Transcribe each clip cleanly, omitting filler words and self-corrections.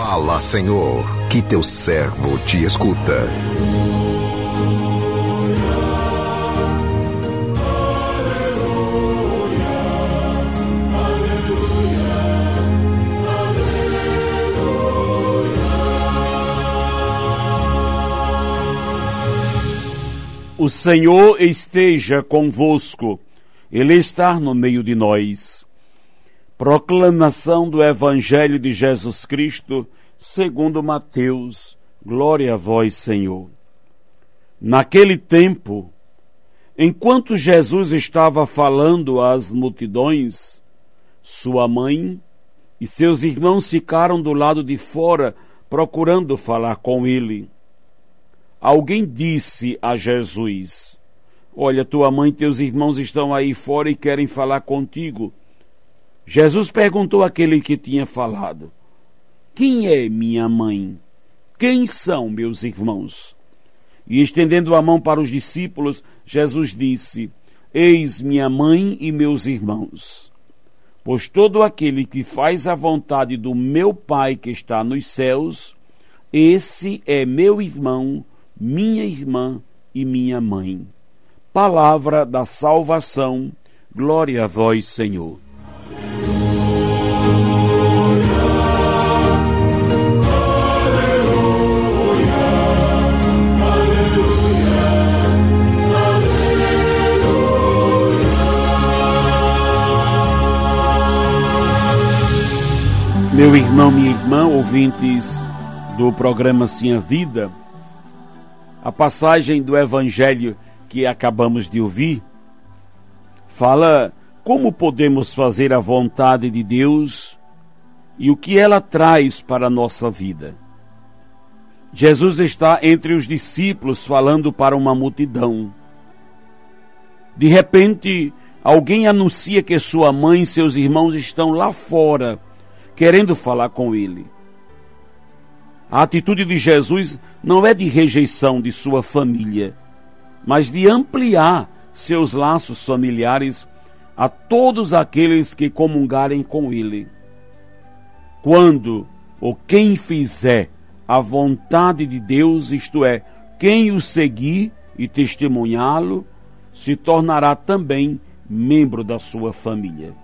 Fala, Senhor, que teu servo te escuta. O Senhor esteja convosco, Ele está no meio de nós. Proclamação do Evangelho de Jesus Cristo, segundo Mateus. Glória a vós, Senhor. Naquele tempo, enquanto Jesus estava falando às multidões, sua mãe e seus irmãos ficaram do lado de fora, procurando falar com ele. Alguém disse a Jesus: olha, tua mãe e teus irmãos estão aí fora e querem falar contigo. Jesus perguntou àquele que tinha falado: quem é minha mãe? Quem são meus irmãos? E estendendo a mão para os discípulos, Jesus disse: eis minha mãe e meus irmãos. Pois todo aquele que faz a vontade do meu Pai que está nos céus, esse é meu irmão, minha irmã e minha mãe. Palavra da salvação, glória a vós, Senhor. Meu irmão, minha irmã, ouvintes do programa Sim a Vida, a passagem do Evangelho que acabamos de ouvir fala como podemos fazer a vontade de Deus e o que ela traz para a nossa vida. Jesus está entre os discípulos falando para uma multidão. De repente, alguém anuncia que sua mãe e seus irmãos estão lá fora, querendo falar com ele. A atitude de Jesus não é de rejeição de sua família, mas de ampliar seus laços familiares a todos aqueles que comungarem com ele. Quando ou quem fizer a vontade de Deus, isto é, quem o seguir e testemunhá-lo, se tornará também membro da sua família.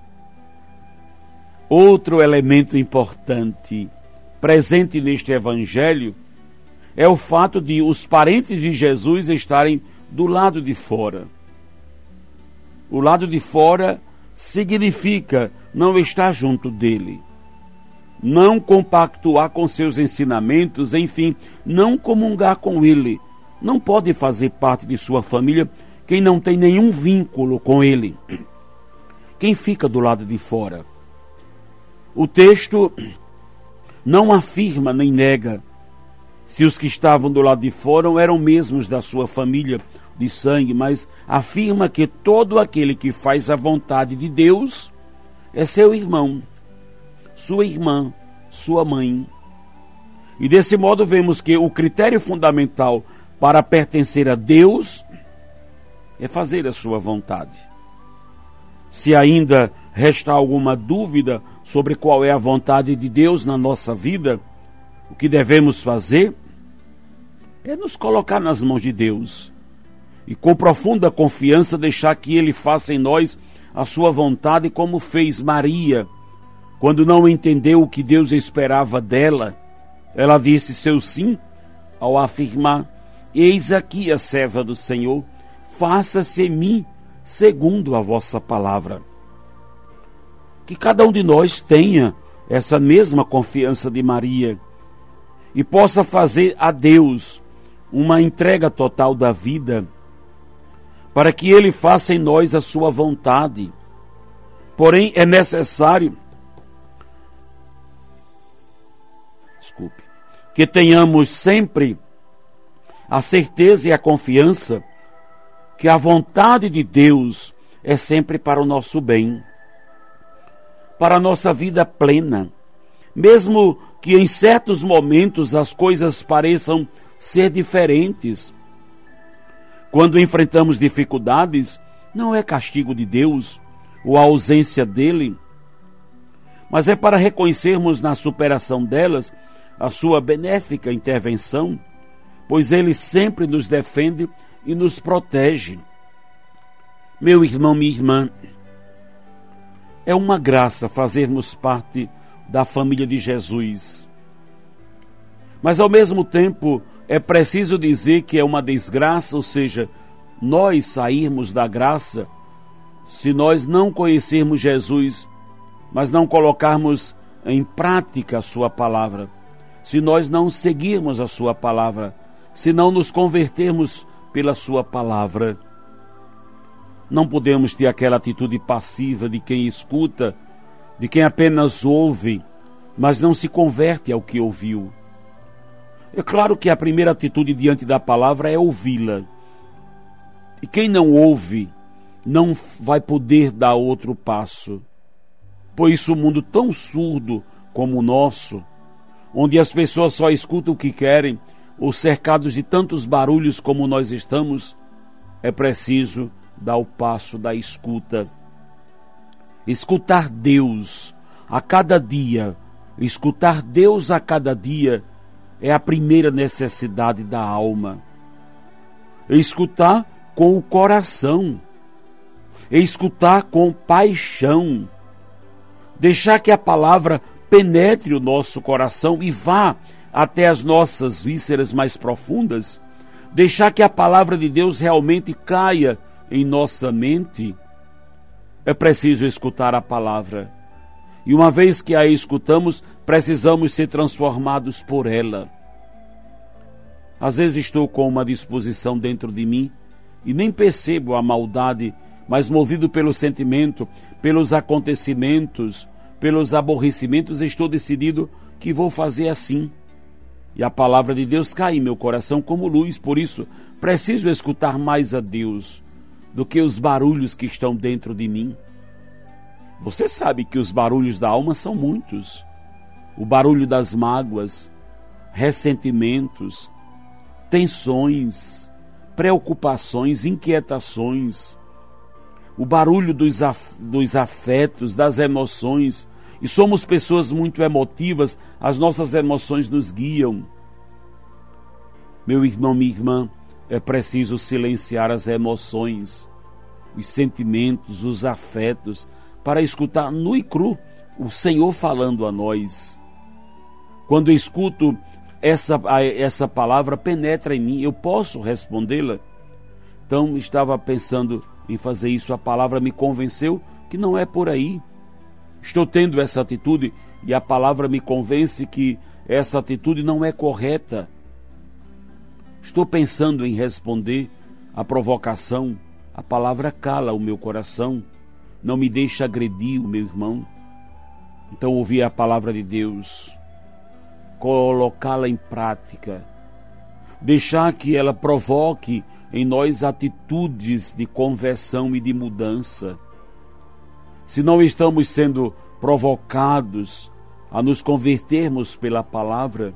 Outro elemento importante presente neste Evangelho é o fato de os parentes de Jesus estarem do lado de fora. O lado de fora significa não estar junto dele, não compactuar com seus ensinamentos, enfim, não comungar com ele. Não pode fazer parte de sua família quem não tem nenhum vínculo com ele. Quem fica do lado de fora? O texto não afirma nem nega se os que estavam do lado de fora eram mesmos da sua família de sangue, mas afirma que todo aquele que faz a vontade de Deus é seu irmão, sua irmã, sua mãe. E desse modo vemos que o critério fundamental para pertencer a Deus é fazer a sua vontade. Se ainda resta alguma dúvida sobre qual é a vontade de Deus na nossa vida, o que devemos fazer é nos colocar nas mãos de Deus e com profunda confiança deixar que Ele faça em nós a sua vontade, como fez Maria. Quando não entendeu o que Deus esperava dela, ela disse seu sim ao afirmar: eis aqui a serva do Senhor, faça-se em mim segundo a vossa palavra. Que cada um de nós tenha essa mesma confiança de Maria e possa fazer a Deus uma entrega total da vida, para que Ele faça em nós a sua vontade. Porém, é necessário que tenhamos sempre a certeza e a confiança que a vontade de Deus é sempre para o nosso bem, para a nossa vida plena, mesmo que em certos momentos as coisas pareçam ser diferentes. Quando enfrentamos dificuldades, não é castigo de Deus ou a ausência dele, mas é para reconhecermos na superação delas a sua benéfica intervenção, pois Ele sempre nos defende e nos protege. Meu irmão, minha irmã, é uma graça fazermos parte da família de Jesus. Mas ao mesmo tempo é preciso dizer que é uma desgraça, ou seja, nós sairmos da graça, se nós não conhecermos Jesus, mas não colocarmos em prática a sua palavra, se nós não seguirmos a sua palavra, se não nos convertermos pela sua palavra. Não podemos ter aquela atitude passiva de quem escuta, de quem apenas ouve, mas não se converte ao que ouviu. É claro que a primeira atitude diante da palavra é ouvi-la. E quem não ouve, não vai poder dar outro passo. Pois o mundo tão surdo como o nosso, onde as pessoas só escutam o que querem, ou cercados de tantos barulhos como nós estamos, é preciso dar o passo da escuta. Escutar Deus a cada dia, escutar Deus a cada dia é a primeira necessidade da alma. Escutar com o coração, escutar com paixão, deixar que a palavra penetre o nosso coração e vá até as nossas vísceras mais profundas, deixar que a palavra de Deus realmente caia em nossa mente. É preciso escutar a palavra. E uma vez que a escutamos, precisamos ser transformados por ela. Às vezes estou com uma disposição dentro de mim e nem percebo a maldade, mas movido pelo sentimento, pelos acontecimentos, pelos aborrecimentos, estou decidido que vou fazer assim. E a palavra de Deus cai em meu coração como luz, por isso preciso escutar mais a Deus do que os barulhos que estão dentro de mim. Você sabe que os barulhos da alma são muitos. O barulho das mágoas, ressentimentos, tensões, preocupações, inquietações, o barulho dos afetos, das emoções. E somos pessoas muito emotivas, as nossas emoções nos guiam. Meu irmão, minha irmã, é preciso silenciar as emoções, os sentimentos, os afetos, para escutar nu e cru o Senhor falando a nós. Quando eu escuto essa palavra, penetra em mim, eu posso respondê-la? Então estava pensando em fazer isso, a palavra me convenceu que não é por aí. Estou tendo essa atitude e a palavra me convence que essa atitude não é correta. Estou pensando em responder à provocação, a palavra cala o meu coração, não me deixa agredir o meu irmão. Então ouvir a palavra de Deus, colocá-la em prática, deixar que ela provoque em nós atitudes de conversão e de mudança. Se não estamos sendo provocados a nos convertermos pela palavra,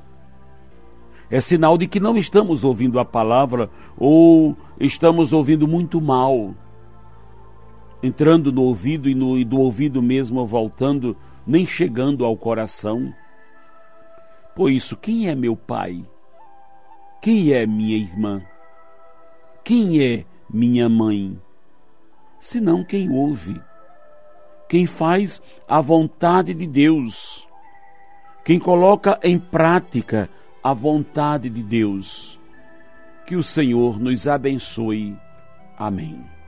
é sinal de que não estamos ouvindo a palavra ou estamos ouvindo muito mal, entrando no ouvido e do ouvido mesmo voltando, nem chegando ao coração. Por isso, quem é meu pai? Quem é minha irmã? Quem é minha mãe? Senão quem ouve, quem faz a vontade de Deus, quem coloca em prática a vontade de Deus. Que o Senhor nos abençoe. Amém.